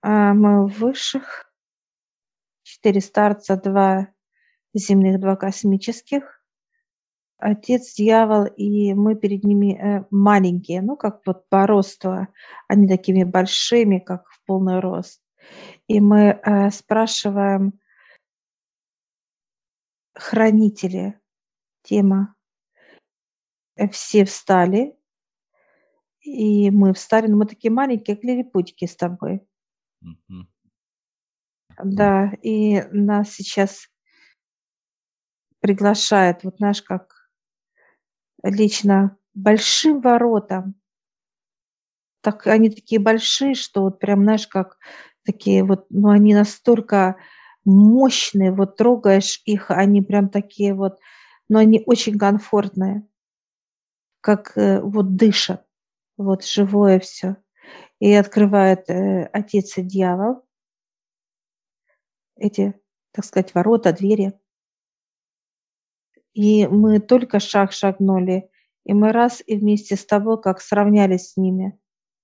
Мы в высших, 4 старца, 2 земных, 2 космических. Отец, дьявол, и мы перед ними, маленькие, ну, как вот по росту. Они такими большими, как в полный рост. И мы, спрашиваем хранители, тема. Все встали, и мы встали, но мы такие маленькие, как лилипутики с тобой. Мгм. Да, и нас сейчас приглашают, вот знаешь, как лично большим воротам. Так они такие большие, что вот прям, знаешь, как такие вот, ну, они настолько мощные, вот трогаешь их, они прям такие вот, но они очень комфортные, как, вот дышат, вот живое все. И открывает, отец и дьявол эти, так сказать, ворота, двери. И мы только шаг шагнули, и мы раз и вместе с тобой как сравнялись с ними,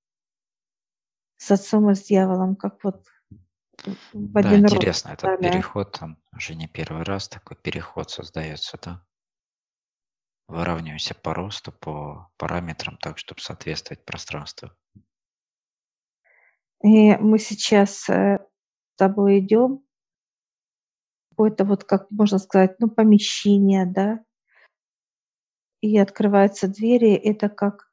с отцом и с дьяволом, как вот в Да, один рост интересно, этот стали. переход, там уже не первый раз такой переход создается, да? Выравниваемся по росту, по параметрам, так, чтобы соответствовать пространству. И мы сейчас, с тобой идем, какое-то вот, как можно сказать, ну, помещение, да, и открываются двери. Это как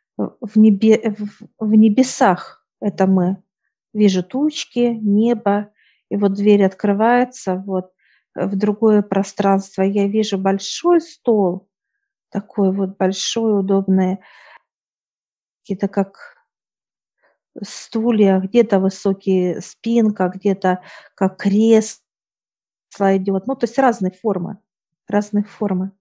в небесах это мы. Вижу тучки, небо, и вот дверь открывается вот, в другое пространство. Я вижу большой стол, такой вот большой, удобный, какие-то как стулья, где-то высокие спинка, где-то как кресло идет. Ну, то есть разные формы, разные формы.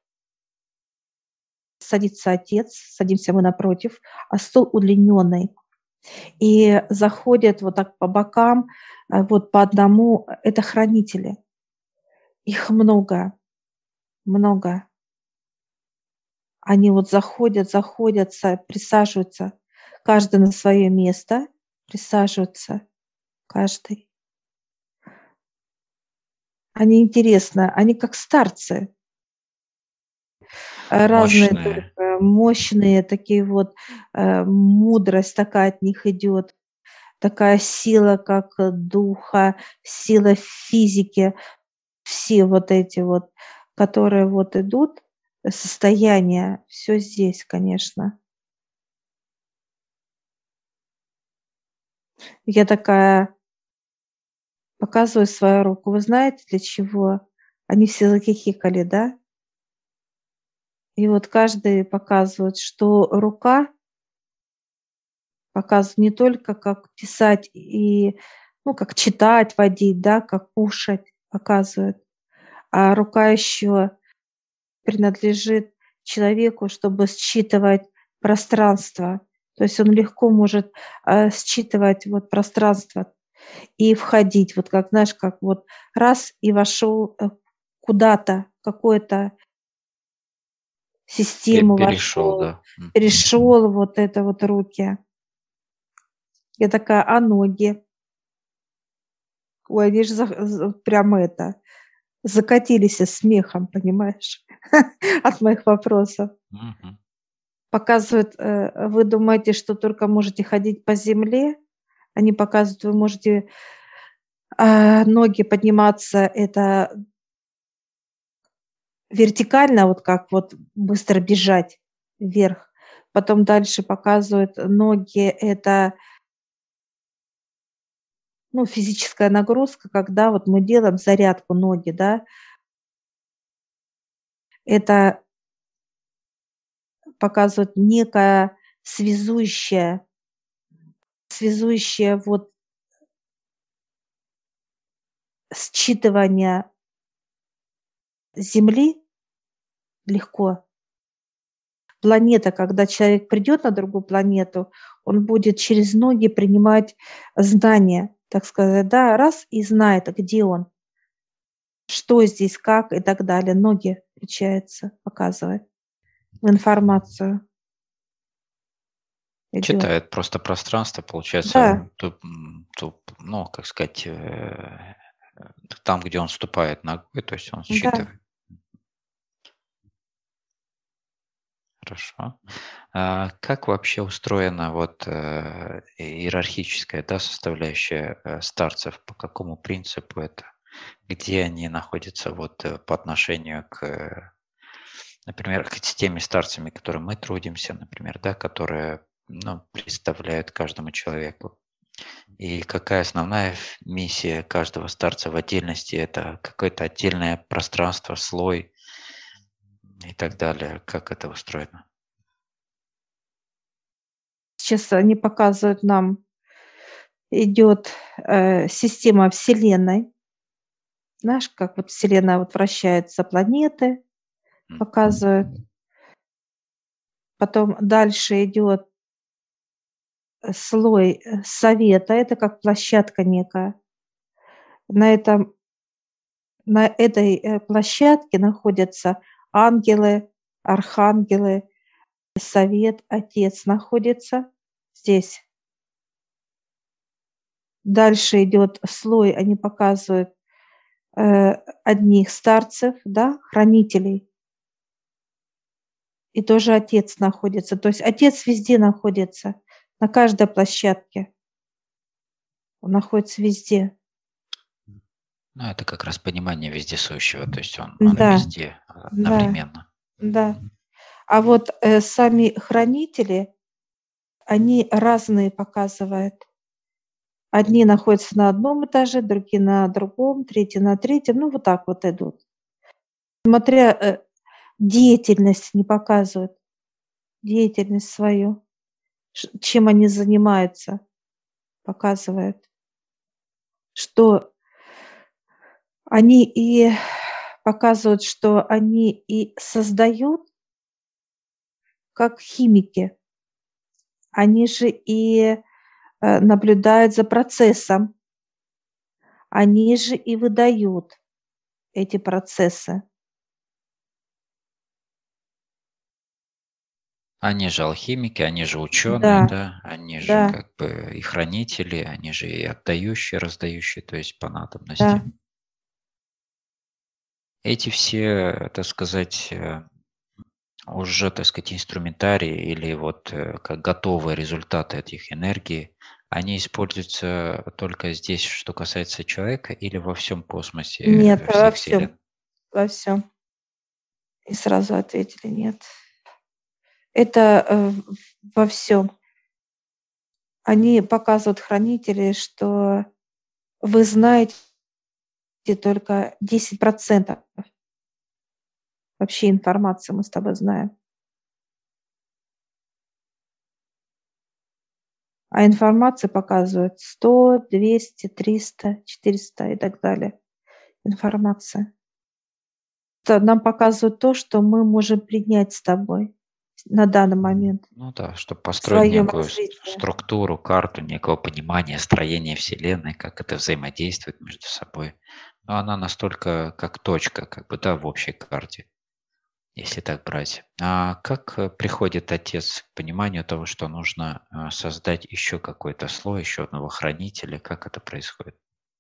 Садится отец, садимся мы напротив, а стол удлиненный. И заходят вот так по бокам, вот по одному, это хранители. Их много, много. Они вот заходят, заходятся, присаживаются, каждый на свое место, присаживаются, каждый. Они интересно, они как старцы, разные Мощное. только, мощные, такие вот, мудрость такая от них идет, такая сила, как духа, сила физики. Все вот эти вот, которые вот идут, состояния, все здесь, конечно. Я такая показываю свою руку. Вы знаете, для чего? Они все захихикали, да? И вот каждый показывает, что рука показывает не только как писать и, ну, как читать, водить, да, как кушать показывает, а рука еще принадлежит человеку, чтобы считывать пространство. То есть он легко может, считывать вот пространство и входить. Вот как, знаешь, как вот раз и вошел, куда-то, в какую-то систему Перешел, вошел, да. Мгм. перешел, вот это вот руки. Я такая: "А ноги?" Ой, они ж прям это, закатились смехом, понимаешь, от моих вопросов. Мгм. Показывают, вы думаете, что только можете ходить по земле? Они показывают, вы можете, ноги подниматься, это вертикально, вот как вот быстро бежать вверх. Потом дальше показывают ноги, это, ну, физическая нагрузка, когда вот мы делаем зарядку ноги, да. Это показывает некое связующее вот считывание Земли легко. Планета, когда человек придет на другую планету, он будет через ноги принимать знания, так сказать, да, раз и знает, где он, что здесь, как и так далее. Ноги, получается, показывает информацию. идет. Читает просто пространство, получается, Да, ну, как сказать, там, где он ступает ногой, то есть он да. считывает. Хорошо. А как вообще устроена вот иерархическая, да, составляющая старцев? По какому принципу это? Где они находятся вот по отношению к, например, к теми старцами, которыми мы трудимся, например, да, которые, ну, представляют каждому человеку? И какая основная миссия каждого старца в отдельности? Это какое-то отдельное пространство, слой и так далее. Как это устроено? Сейчас они показывают нам, идет система Вселенной. Знаешь, как вот Вселенная вот вращается, планеты показывают. Потом дальше идет слой совета, это как площадка некая. На этом, на этой площадке находятся ангелы, архангелы, совет, отец находится здесь. Дальше идет слой, они показывают одних старцев, да, хранителей, и тоже отец находится. То есть отец везде находится, на каждой площадке. Он находится везде. Ну, это как раз понимание вездесущего, то есть он Да, везде да, одновременно. да. А вот сами хранители, они разные показывают. Одни находятся на одном этаже, другие на другом, третьи на третьем. Ну, вот так вот идут. Смотря деятельность не показывают, деятельность свою, чем они занимаются, показывают, что они и показывают, что они и создают, как химики. Они же и наблюдают за процессом, они же и выдают эти процессы. Они же алхимики, они же ученые, Да, да, они же да, как бы и хранители, они же и отдающие, раздающие, то есть по надобности. да. Эти все, так сказать, уже, так сказать, инструментарии или вот как готовые результаты этих энергий, они используются только здесь, что касается человека, или во всем Нет, космосе во всех всем, вселенных? во всем. И сразу ответили нет. Это во всем. Они показывают хранители, что вы знаете только 10% вообще информации мы с тобой знаем. А информации показывают 100, 200, 300, 400 и так далее. Информация. Это нам показывают то, что мы можем принять с тобой на данный момент Ну да, чтобы в построить своем некую развитии. структуру, карту, некого понимания строения Вселенной, как это взаимодействует между собой. Но она настолько как точка, как бы, да, в общей карте, если так брать. А как приходит отец к пониманию того, что нужно создать еще какой-то слой, еще одного хранителя? Как это происходит?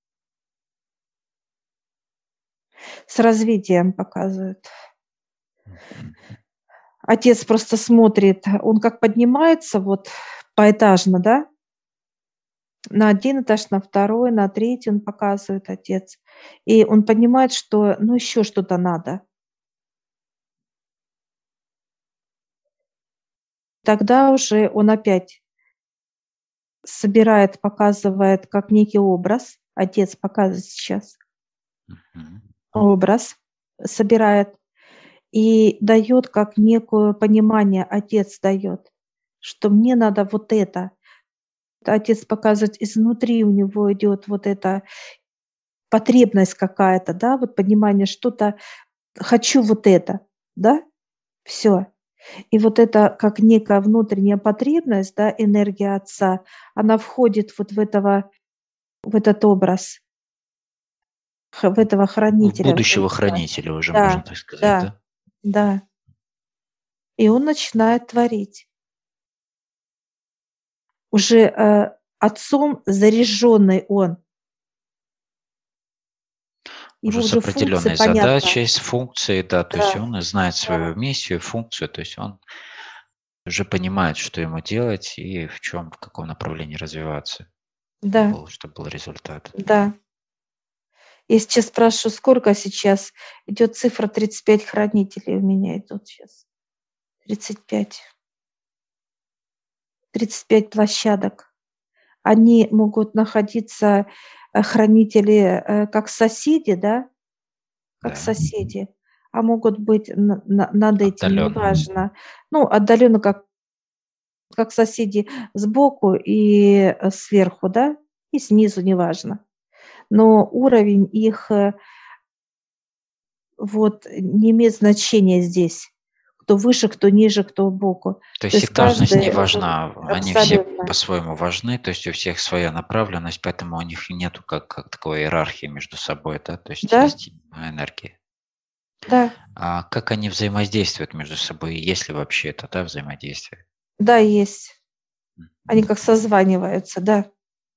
С развитием показывают. Мгм. Отец просто смотрит, он как поднимается вот поэтажно, да, на один этаж, на второй, на третий он показывает, отец. И он понимает, что, ну, еще что-то надо. Тогда уже он опять собирает, показывает как некий образ. Отец показывает сейчас Мгм. образ, собирает и дает как некое понимание, отец дает, что мне надо вот это. Отец показывает, изнутри у него идет вот эта потребность какая-то, да, вот понимание, что-то хочу вот это, да, все. И вот это как некая внутренняя потребность, да, энергия отца, она входит вот в этот образ, в этого хранителя, в Будущего жреца. хранителя уже можно Да, так сказать, да, да? да. И он начинает творить. Уже отцом заряженный он. Ему Уже с уже функция определенной понятна. задачей, с функцией, да, то есть Да, он знает да, свою миссию, функцию, то есть он уже понимает, что ему делать и в чем, в каком направлении развиваться, да, чтобы был результат. да. Я сейчас спрашиваю, сколько сейчас идет цифра 35 хранителей у меня идут сейчас. 35. 35 площадок. Они могут находиться, хранители, как соседи, да, как Да, соседи, а могут быть над этим, отдаленно. неважно. Ну, отдаленно, как соседи сбоку и, сверху, да, и снизу, неважно. Но уровень их, вот не имеет значения здесь. Кто выше, кто ниже, кто сбоку. То То есть есть этажность не каждый вот важна, они все абсолютно. по-своему важны, то есть у всех своя направленность, поэтому у них нету как такой иерархии между собой, да, то есть Да, есть энергии. да, А как они взаимодействуют между собой, есть ли вообще это, да, взаимодействие? да, есть. М. Они как созваниваются, да.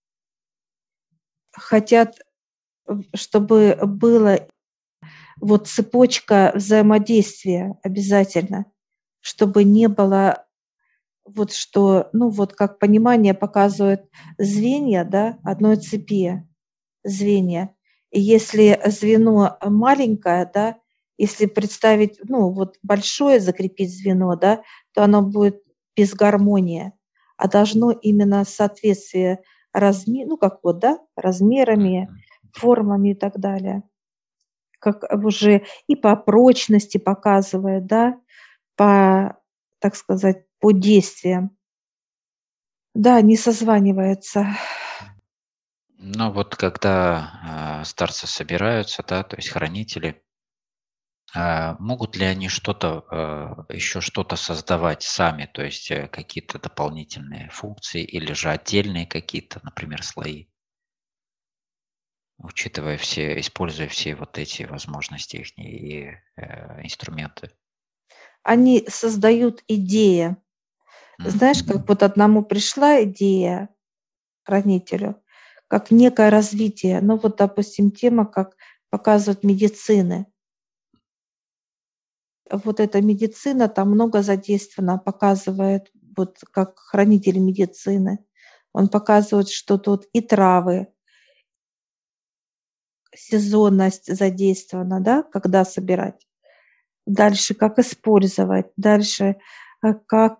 Хотят, чтобы было вот цепочка взаимодействия обязательно, чтобы не было вот что, ну, вот как понимание показывает звенья, да, одной цепи, звенья. И если звено маленькое, да, если представить, ну, вот большое закрепить звено, да, то оно будет без гармонии, а должно именно соответствие ну, как вот, да, размерами, Мгм. формами и так далее. Как уже и по прочности показывает, да, по, так сказать, по действиям. Да, не созванивается. Ну вот когда старцы собираются, да, то есть хранители, могут ли они что-то, еще что-то создавать сами, то есть какие-то дополнительные функции или же отдельные какие-то, например, слои, учитывая все, используя все вот эти возможности их и инструменты? Они создают идеи. Знаешь, Мгм. как вот одному пришла идея, хранителю, как некое развитие. Ну вот, допустим, тема, как показывают медицины. Вот эта медицина, там много задействовано, показывает, вот как хранитель медицины. Он показывает, что тут и травы, сезонность задействована, да, когда собирать. Дальше как использовать, дальше, как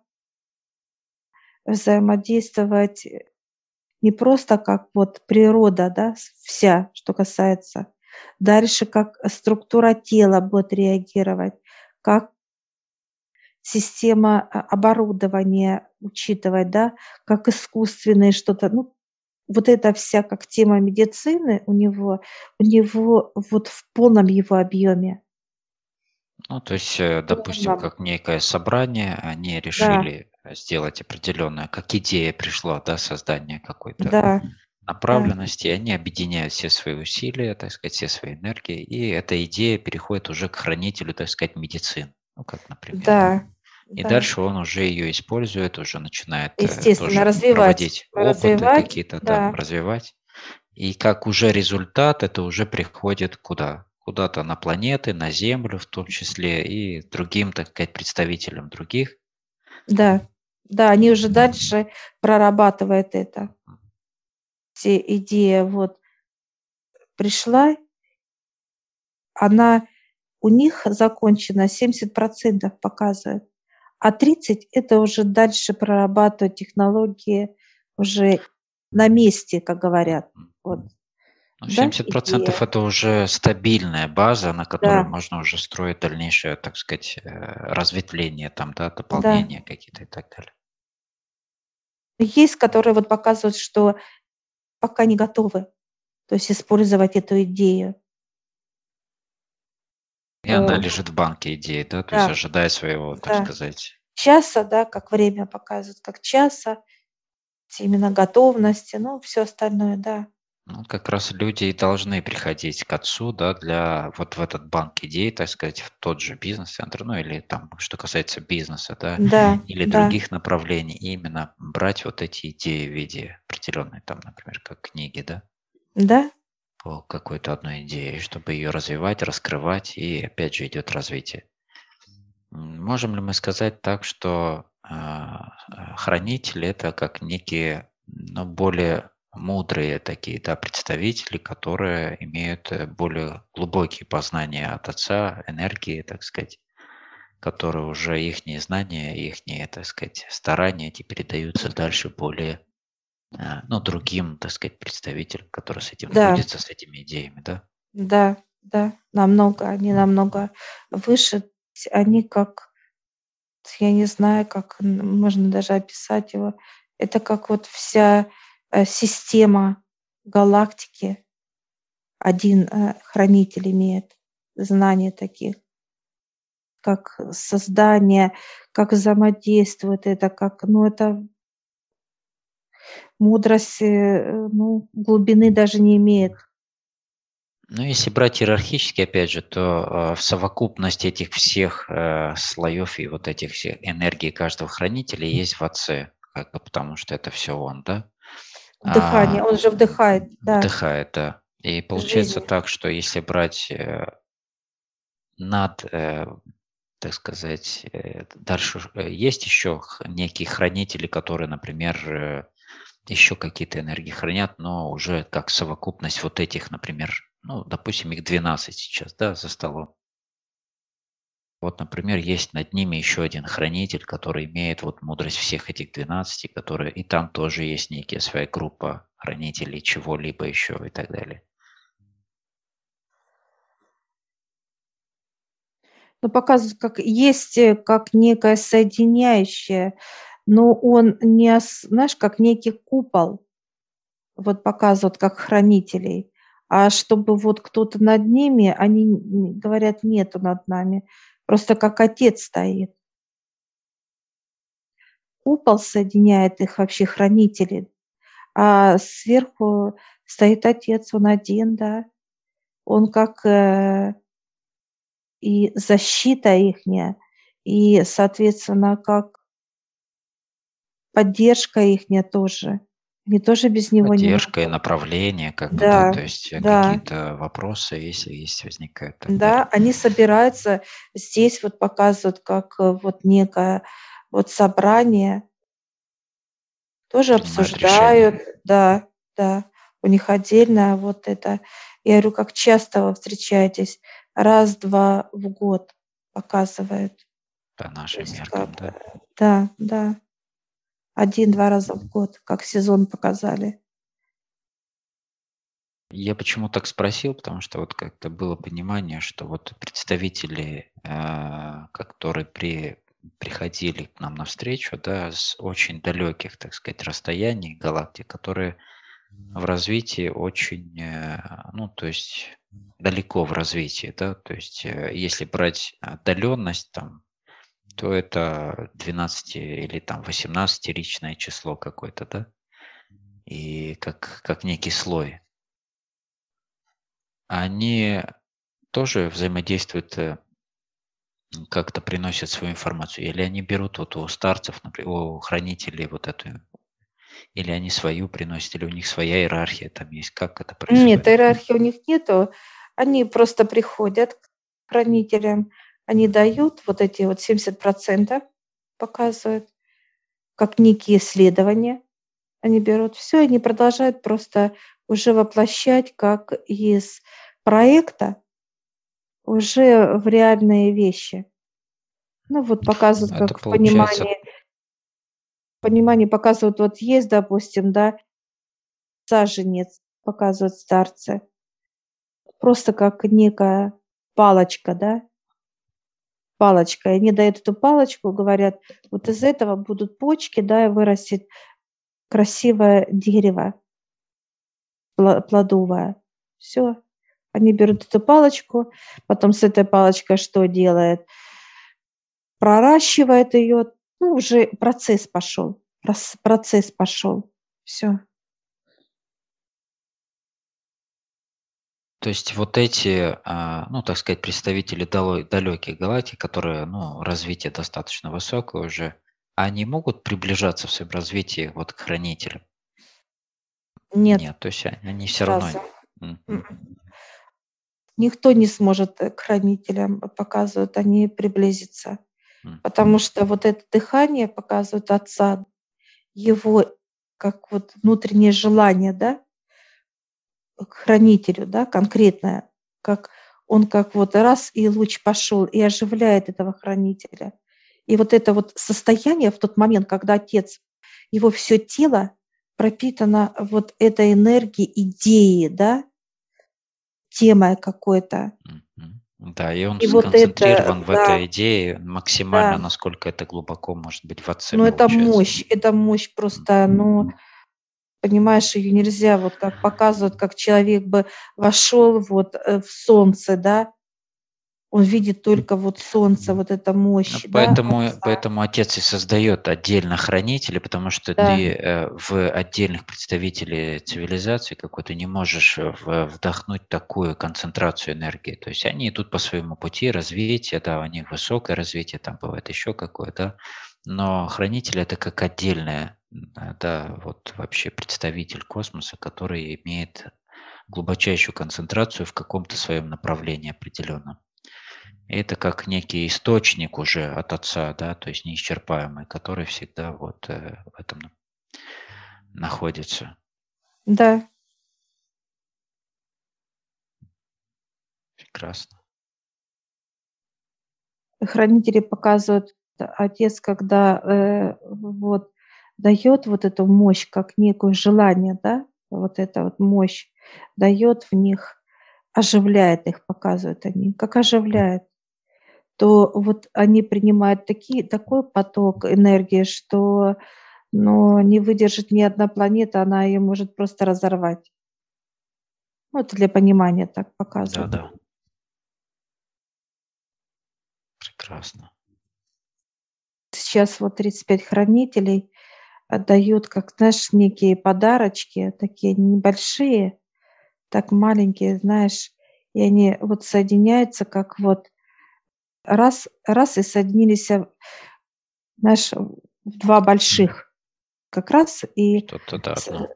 взаимодействовать не просто как вот природа, да, вся, что касается. Дальше как структура тела будет реагировать, как система оборудования учитывать, да, как искусственное что-то. Ну, вот эта вся как тема медицины у него вот в полном его объеме. Ну, то есть, допустим, Полном. как некое собрание, они Да, решили сделать определенное, как идея пришла, да, создание какой-то да, да, направленности, и они объединяют все свои усилия, так сказать, все свои энергии, и эта идея переходит уже к хранителю, так сказать, медицины, ну, как, например. да, И да. дальше он уже ее использует, уже начинает Естественно, тоже развивать, проводить опыты развивать, какие-то, да, да, развивать. И как уже результат, это уже приходит куда? Куда-то на планеты, на Землю в том числе, и другим, так сказать, представителям других. да, да, они уже дальше прорабатывают это. Все идея вот пришла, она у них закончена, 70% показывает, а 30 это уже дальше прорабатывать технологии уже на месте, как говорят. Мгм. Вот, Ну, да, 70% идея. это уже стабильная база, на которой Да, можно уже строить дальнейшее, так сказать, разветвление, там, да, да. дополнение какие-то и так далее. Есть, которые вот показывают, что пока не готовы, то есть использовать эту идею. И она Ну лежит в банке идеи, да, то есть да, ожидая своего, так да. сказать. Часа, да, как время показывает, как часа, именно готовности, ну, все остальное, да. Ну, как раз люди и должны приходить к отцу, да, для вот в этот банк идей, так сказать, в тот же бизнес-центр, ну или там, что касается бизнеса, да, Да, или да, других направлений, и именно брать вот эти идеи в виде определенной, там, например, как книги, да, да, по какой-то одной идее, чтобы ее развивать, раскрывать, и опять же идет развитие. Можем ли мы сказать так, что хранители это как некие, ну, более мудрые такие, да, представители, которые имеют более глубокие познания от Отца, энергии, так сказать, которые уже их знания, их, так сказать, старания эти передаются дальше более, ну, другим, так сказать, представителям, которые с этим да, трудятся, с этими идеями, да? да, да, намного, они намного выше. Они как, я не знаю, как можно даже описать его. Это как вот вся система галактики. Один хранитель имеет знания таких, как создание, как взаимодействует это, как, ну, это мудрость, ну, глубины даже не имеет. Ну, если брать иерархически, опять же, то в совокупности этих всех слоев и вот этих всех энергий каждого хранителя есть в Отце, как бы, потому что это все он, да, Вдыхание, а, он же вдыхает, да, вдыхает, да. И получается жизнь. так, что если брать над, так сказать, дальше есть еще некие хранители, которые, например, еще какие-то энергии хранят, но уже как совокупность вот этих, например, ну, допустим, их 12 сейчас, да, за столом. Вот, например, есть над ними еще один хранитель, который имеет вот мудрость всех этих 12, которые, и там тоже есть некая своя группа хранителей чего-либо еще и так далее. Ну, показывает, как есть, как некое соединяющее, но он не знаешь, как некий купол, вот показывают как хранителей. А чтобы вот кто-то над ними, они говорят: "Нету над нами". Просто как отец стоит. Купол соединяет их вообще хранители, а сверху стоит отец, он один, да. Он как, и защита ихняя, и, соответственно, как поддержка ихняя тоже. Они тоже без него не Поддержка и могут. направление, как бы, да, Да, то есть да, какие-то вопросы, если есть, возникают и так да, далее. они собираются. Здесь вот показывают, как, вот некое вот собрание, тоже Принимают решения. обсуждают. Да, да, у них отдельно вот это. Я говорю: "Как часто вы встречаетесь?" Раз-два в год показывают. По То нашим есть меркам, как, да. да, да, один-два раза в год, как сезон показали. Я почему так спросил, потому что вот как-то было понимание, что вот представители, которые приходили к нам навстречу, да, с очень далеких, так сказать, расстояний галактик, которые в развитии очень, ну, то есть далеко в развитии, да, то есть если брать отдаленность там, то это 12 или там 18-ричное число какое-то, да, и как некий слой. Они тоже взаимодействуют, как-то приносят свою информацию? Или они берут вот у старцев, например, у хранителей вот эту, или они свою приносят, или у них своя иерархия там есть? Как это Нет, происходит? иерархии у них нету. Они просто приходят к хранителям, они дают вот эти вот 70%, показывают, как некие исследования. Они берут все, они продолжают просто уже воплощать как из проекта уже в реальные вещи. Ну, вот показывают, Это как в получается понимании показывают, вот есть, допустим, да, саженец, показывают старцы, просто как некая палочка, да. Палочкой. Они дают эту палочку, говорят: "Вот из этого будут почки, да, и вырастет красивое дерево плодовое". Все. Они берут эту палочку, потом с этой палочкой что делает? Проращивает ее. Ну, уже процесс пошел. Процесс пошел. Все. То есть вот эти, ну, так сказать, представители далеких галактик, которые, ну, развитие достаточно высокое уже, они могут приближаться в своем развитии вот к хранителям? Нет, Нет, то есть они все равно. сразу. Мгм. М. Никто не сможет к хранителям, показывают, они приблизиться. Потому Мгм. что вот это дыхание показывает Отца, его как вот внутреннее желание, да, к хранителю, да, конкретное, как он как вот раз и луч пошел и оживляет этого хранителя. И вот это вот состояние в тот момент, когда Отец, его все тело пропитано вот этой энергией идеи, да, темой какой-то. Мгм. Да, и он И вот это, сконцентрирован в да, этой идее максимально, да, насколько это глубоко может быть в отце ну получается. это мощь просто, ну, понимаешь, ее нельзя, вот как показывают, как человек бы вошел вот, в солнце, да, он видит только вот солнце, вот эта Ну, мощь, да, отца. поэтому отец и создает отдельно хранителей, потому что Да, ты в отдельных представителей цивилизации какой-то не можешь вдохнуть такую концентрацию энергии. То есть они идут по своему пути развития, да, у них высокое развитие, там бывает еще какое-то, но хранитель это как отдельное, да, вот вообще представитель космоса, который имеет глубочайшую концентрацию в каком-то своем направлении определенном. И это как некий источник уже от Отца, да, то есть неисчерпаемый, который всегда вот в этом находится. да. Прекрасно. Хранители показывают, отец, когда, вот дает вот эту мощь, как некое желание, да, вот эта вот мощь дает в них, оживляет их, показывают они, как оживляет. То вот они принимают такой поток энергии, что, ну, не выдержит ни одна планета, она ее может просто разорвать. Ну, это для понимания так показывают. Да-да, прекрасно. Сейчас вот 35 хранителей отдают, как, знаешь, некие подарочки, такие небольшие, так маленькие, знаешь, и они вот соединяются, как вот раз и соединились, знаешь, в 2 больших. Как раз и Что-то да, с одно.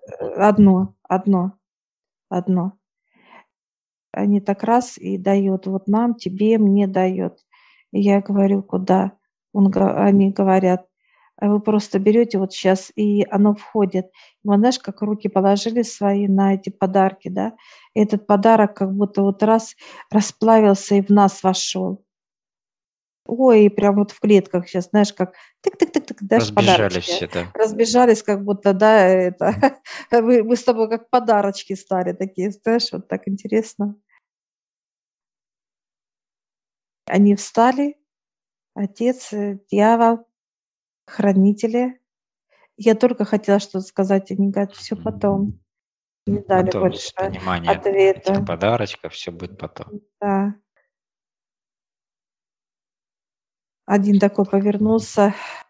одно. Они так раз и дают: "Вот нам, тебе, мне" дает. И я говорю: "Куда?" Они говорят: "А вы просто берете вот сейчас и оно входит". Вот знаешь, как руки положили свои на эти подарки, да, и этот подарок как будто вот раз расплавился и в нас вошел. Ой, и прям вот в клетках сейчас, знаешь, как тык-тык-тык-тык, знаешь, Разбежали подарочки все, да. разбежались, как будто, да, это мы с тобой как подарочки стали такие, знаешь, вот так интересно. Они встали, отец, дьявол, хранители. Я только хотела что-то сказать, они говорят: "Всё Мгм. потом". Не дали Потом больше понимание этих ответа. подарочков, все будет потом. Да. Один такой повернулся: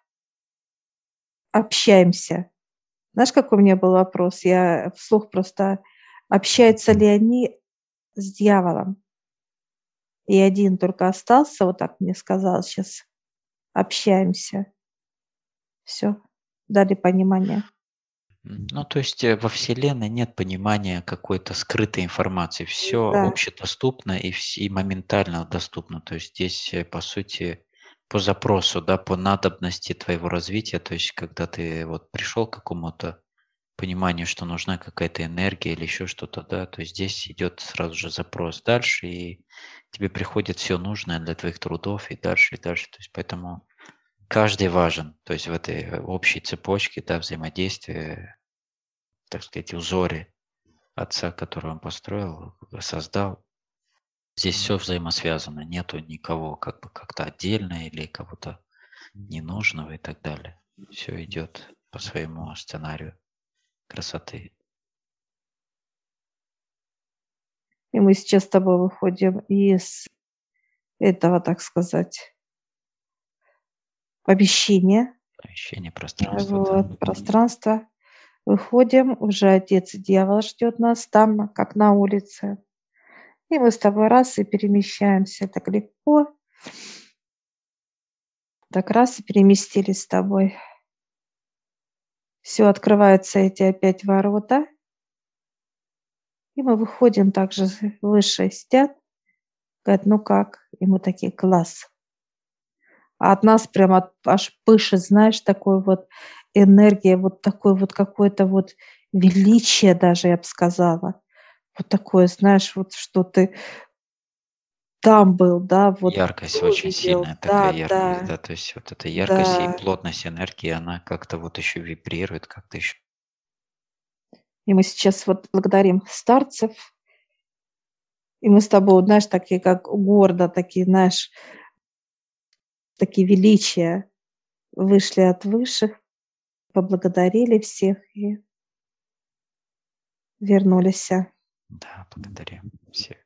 "Общаемся". Знаешь, какой у меня был вопрос? Я вслух просто: общаются ли они с дьяволом? И один только остался, вот так мне сказал: "Сейчас общаемся". Всё, дали понимание. Ну, то есть во Вселенной нет понимания какой-то скрытой информации. Все Да, общедоступно и моментально доступно. То есть здесь, по сути, по запросу, да, по надобности твоего развития, то есть когда ты вот пришел к какому-то пониманию, что нужна какая-то энергия или еще что-то, да, то есть здесь идет сразу же запрос дальше, и тебе приходит все нужное для твоих трудов и дальше, и дальше. То есть поэтому каждый важен, то есть в этой общей цепочке, да, взаимодействия, так сказать, узоре отца, который он построил, создал. Здесь все взаимосвязано, нету никого как бы как-то отдельно или кого-то ненужного и так далее. Все идет по своему сценарию красоты. и мы сейчас с тобой выходим из этого, так сказать, помещения, Помещение, пространство, да. вот, пространства. Выходим, уже отец и дьявол ждет нас там, как на улице. И мы с тобой раз и перемещаемся так легко, так раз и переместились с тобой. Все, открываются эти опять ворота, и мы выходим также выше, сидят, говорят: "Ну как?" И мы такие: "Класс". А от нас прям аж пышет, знаешь, такой вот энергия, вот такой вот какое-то вот величие даже, я бы сказала. Вот такое, знаешь, вот что ты там был, да, вот Яркость всё очень видел. сильная, такая Да, яркость, да, да, то есть вот эта яркость и да. плотность энергии, она как-то вот еще вибрирует, как-то еще. И мы сейчас вот благодарим старцев, и мы с тобой, вот знаешь, такие как гордо, такие, знаешь, такие величия вышли от высших, поблагодарили всех и вернулись. Да, благодарим всех.